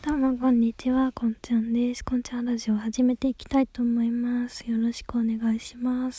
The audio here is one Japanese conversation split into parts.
どうもこんにちは、こんちゃんです。こんちゃんラジオを始めていきたいと思います。よろしくお願いします。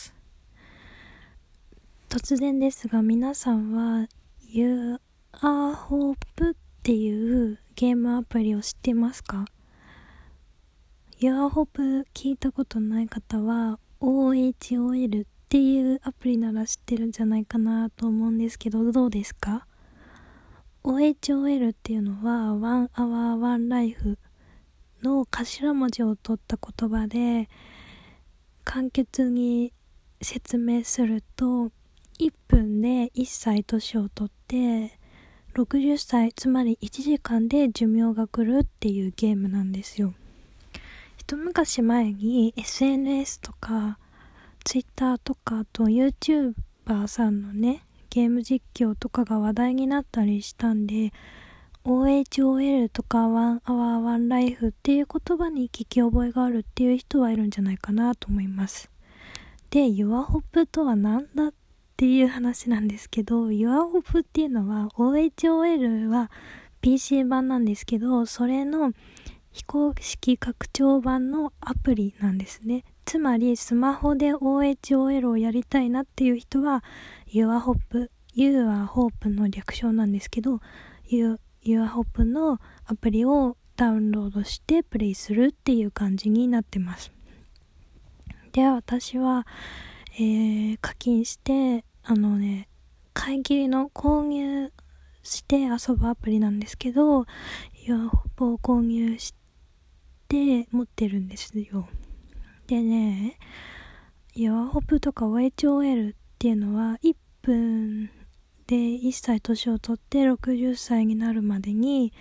突然ですが、皆さんは You are Hope っていうゲームアプリを知ってますか？ You are Hope 聞いたことない方は OHOL っていうアプリなら知ってるんじゃないかなと思うんですけど、どうですか？ OHOL っていうのは One Hour One Lifeの頭文字を取った言葉で、簡潔に説明すると、1分で1歳年を取って60歳、つまり1時間で寿命が来るっていうゲームなんですよ。一昔前に SNS とか Twitter とか、あと YouTuber さんのね、ゲーム実況とかが話題になったりしたんで、OHOL とか One Hour One Life っていう言葉に聞き覚えがあるっていう人はいるんじゃないかなと思います。で、Your Hope とは何だっていう話なんですけど、Your Hope っていうのは OHOL は PC 版なんですけど、それの非公式拡張版のアプリなんですね。つまりスマホで OHOL をやりたいなっていう人は Your Hope、Your Hope の略称なんですけど、Your Hope のアプリをダウンロードしてプレイするっていう感じになってます。で、私は、課金して買い切りの購入して遊ぶアプリなんですけど、Your Hope を購入して持ってるんですよ。でね、Your Hope とか OHOL っていうのは1分で1歳年を取って60歳になるまでに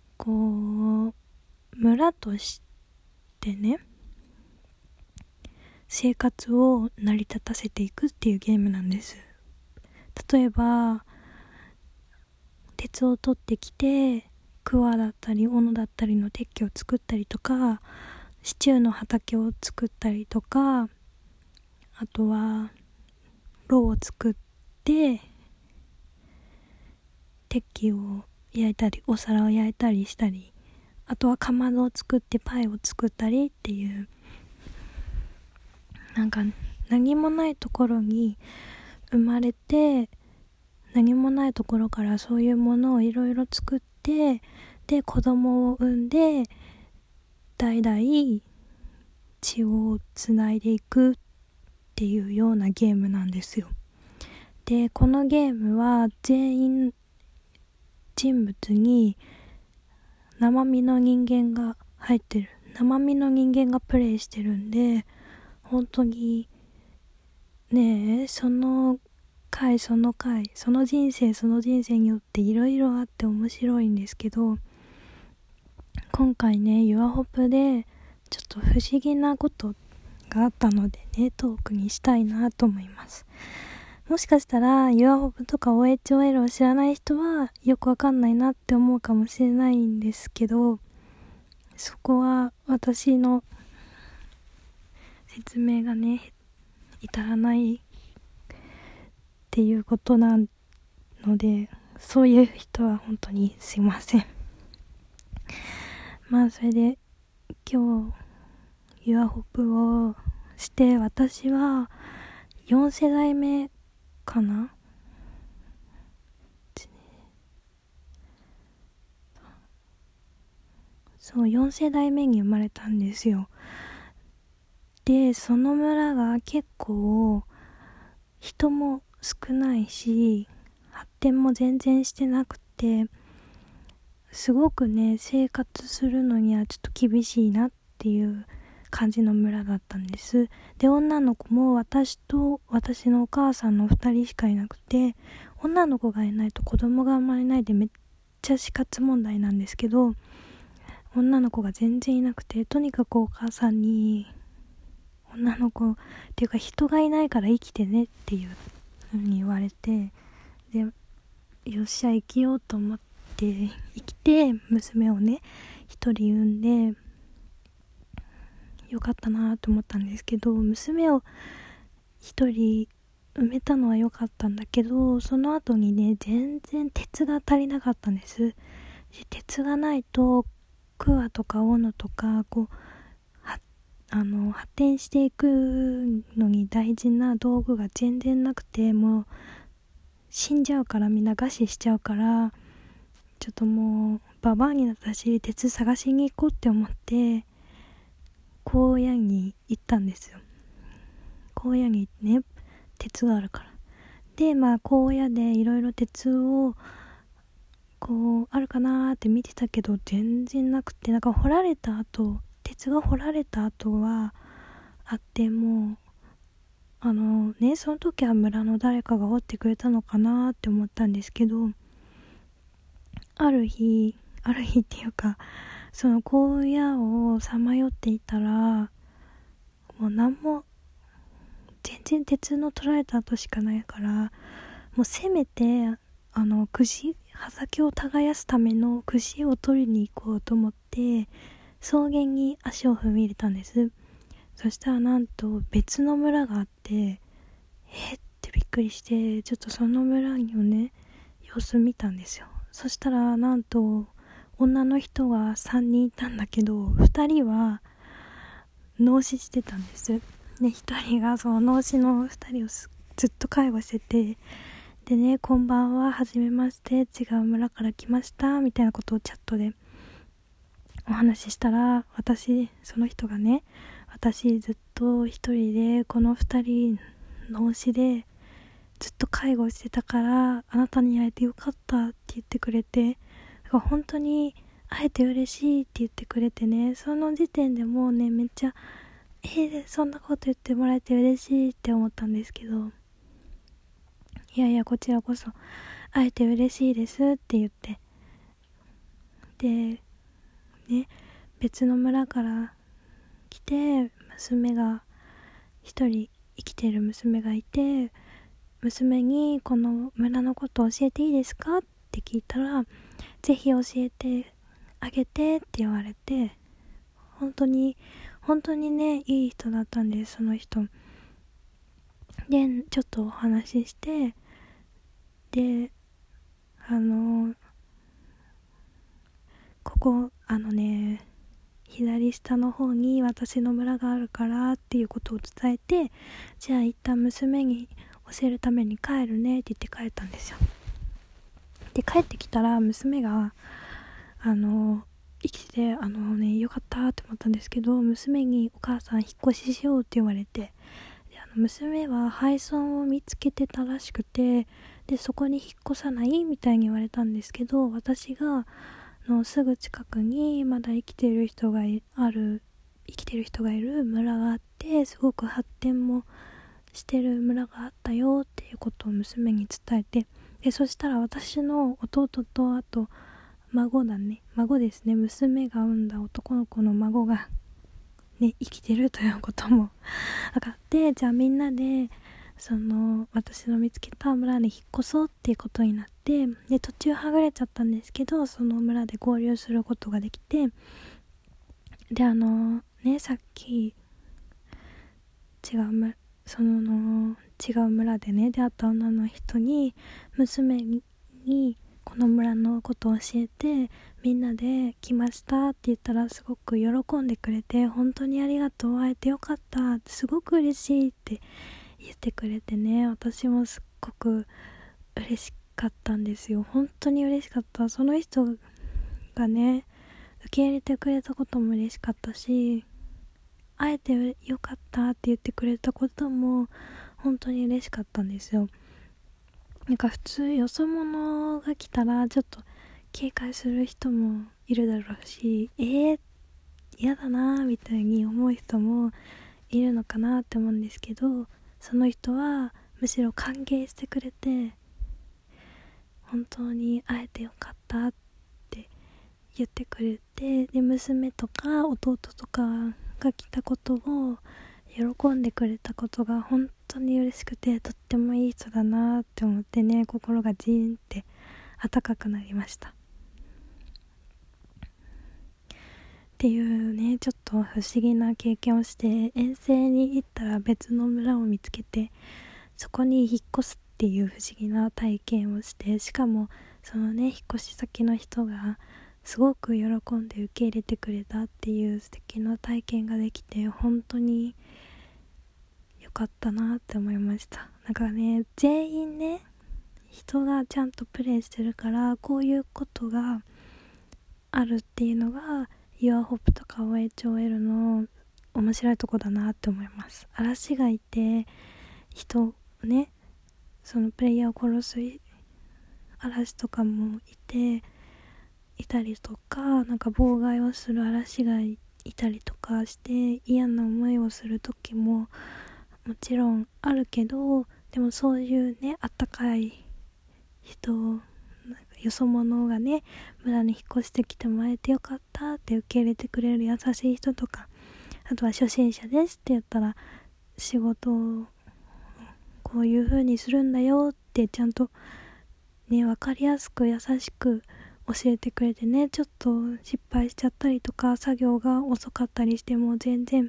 村としてね、生活を成り立たせていくっていうゲームなんです。例えば鉄を取ってきて桑だったり斧だったりの鉄器を作ったりとか、シチューの畑を作ったりとか、あとは炉を作って鉄器を焼いたりお皿を焼いたりしたり、あとはかまどを作ってパイを作ったりっていう、何もないところに生まれて、何もないところからそういうものをいろいろ作って、で子供を産んで代々血をつないでいくっていうようなゲームなんですよ。で、このゲームは全員人物に生身の人間が入ってる、生身の人間がプレイしてるんで、本当にね、その回その回、その人生によっていろいろあって面白いんですけど、今回ね、Your Hope でちょっと不思議なことがあったのでね、トークにしたいなと思います。もしかしたら Your Hope とか OHOL を知らない人はよくわかんないなって思うかもしれないんですけど、そこは私の説明がね至らないっていうことなので、そういう人は本当にすいません。まあそれで今日 Your Hope をして、私は4世代目かな、そう4世代目に生まれたんですよ。で、その村が結構人も少ないし発展も全然してなくて、すごくね生活するのにはちょっと厳しいなっていう感じの村だったんです。で、女の子も私と私のお母さんの2人しかいなくて、女の子がいないと子供が生まれないでめっちゃ死活問題なんですけど、女の子が全然いなくて、とにかくお母さんに女の子っていうか人がいないから生きてねっていう風に言われて、でよっしゃ生きようと思って生きて、娘をね一人産んでよかったなと思ったんですけど、娘を一人産めたのは良かったんだけど、その後にね全然鉄が足りなかったんです。で、鉄がないとクワとか斧とかこう発展していくのに大事な道具が全然なくて、もう死んじゃうから、みんな餓死しちゃうから、ちょっともうババアになったし鉄探しに行こうって思って荒野に行ったんですよ。荒野にね、鉄があるから。で荒野でいろいろ鉄をこうあるかなーって見てたけど全然なくて、鉄が掘られた跡はあって、もうその時は村の誰かが掘ってくれたのかなって思ったんですけど、ある日っていうか、その荒野をさまよっていたら、もう何も全然鉄の取られた跡しかないから、もうせめて葉先を耕すための串を取りに行こうと思って草原に足を踏み入れたんです。そしたらなんと別の村があって、ってびっくりして、ちょっとその村のね様子見たんですよ。そしたらなんと女の人が3人いたんだけど、2人は脳死してたんです。で1人がその脳死の2人をずっと介護してて、でね、こんばんは、はじめまして、違う村から来ましたみたいなことをチャットでお話ししたら、その人がね、私ずっと一人でこの2人脳死でずっと介護してたから、あなたに会えてよかったって言ってくれて、だから本当に会えて嬉しいって言ってくれてね、その時点でもうね、めっちゃそんなこと言ってもらえて嬉しいって思ったんですけど、いやいや、こちらこそ会えて嬉しいですって言って、でね、別の村から来て、一人生きてる娘がいて、娘にこの村のことを教えていいですかって聞いたら、ぜひ教えてあげてって言われて、本当にね、いい人だったんです、その人で。ちょっとお話しして、でここ左下の方に私の村があるからっていうことを伝えて、じゃあ一旦娘に教えるために帰るねって言って帰ったんですよ。で帰ってきたら娘が生きてて、よかったって思ったんですけど、娘にお母さん引っ越ししようって言われて、で娘は廃村を見つけてたらしくて、でそこに引っ越さないみたいに言われたんですけど、私がすぐ近くにまだ生きてる人がいる村があって、すごく発展もしてる村があったよっていうことを娘に伝えて、でそしたら私の弟と、あと孫ですね、娘が産んだ男の子の孫がね生きてるということも分かって、じゃあみんなで私の見つけた村に引っ越そうっていうことになって、で途中はぐれちゃったんですけど、その村で合流することができて、でさっき違う村でね出会った女の人に、娘にこの村のことを教えてみんなで来ましたって言ったら、すごく喜んでくれて、本当にありがとう、会えてよかった、すごく嬉しいって言ってくれてね、私もすっごく嬉しかったんですよ。本当に嬉しかった。その人がね受け入れてくれたことも嬉しかったし、会えてよかったって言ってくれたことも本当に嬉しかったんですよ。普通よそ者が来たらちょっと警戒する人もいるだろうし、嫌だなみたいに思う人もいるのかなって思うんですけど、その人はむしろ歓迎してくれて、本当に会えてよかったって言ってくれて、で娘とか弟とかが来たことを喜んでくれたことが本当に嬉しくて、とってもいい人だなって思ってね、心がジーンって温かくなりましたっていうね、ちょっと不思議な経験をして、遠征に行ったら別の村を見つけて、そこに引っ越すっていう不思議な体験をして、しかもそのね引っ越し先の人がすごく喜んで受け入れてくれたっていう素敵な体験ができて、本当に良かったなって思いました。なんかね、全員ね、人がちゃんとプレイしてるから、こういうことがあるっていうのがYourHopeとか OHOL の面白いとこだなって思います。嵐がいて、人ね、そのプレイヤーを殺す嵐とかもいたりとか、なんか妨害をする嵐がいたりとかして嫌な思いをする時ももちろんあるけど、でもそういうね、あったかい人、なんかよそ者がね、村に引っ越してきてもらえてよかったって受け入れてくれる優しい人とか、あとは初心者ですって言ったら、仕事をこういう風にするんだよってちゃんとね、分かりやすく優しく教えてくれてね、ちょっと失敗しちゃったりとか作業が遅かったりしても全然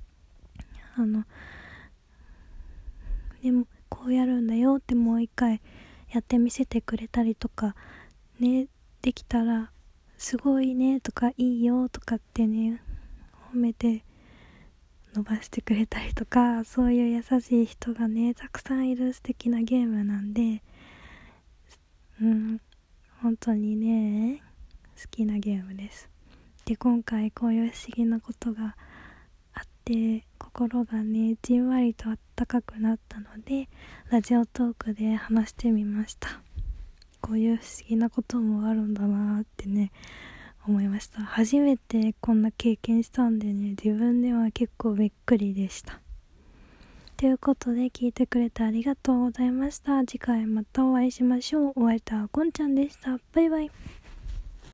でもこうやるんだよってもう一回やってみせてくれたりとかね、できたらすごいねとかいいよとかってね、褒めて伸ばしてくれたりとか、そういう優しい人がねたくさんいる素敵なゲームなんで、本当にね好きなゲームです。で、今回こういう不思議なことがあって心がねじんわりとあったかくなったので、ラジオトークで話してみました。こういう不思議なこともあるんだなってね思いました。初めてこんな経験したんでね、自分では結構びっくりでした。ということで、聞いてくれてありがとうございました。次回またお会いしましょう。お相手はこんちゃんでした。バイバイ。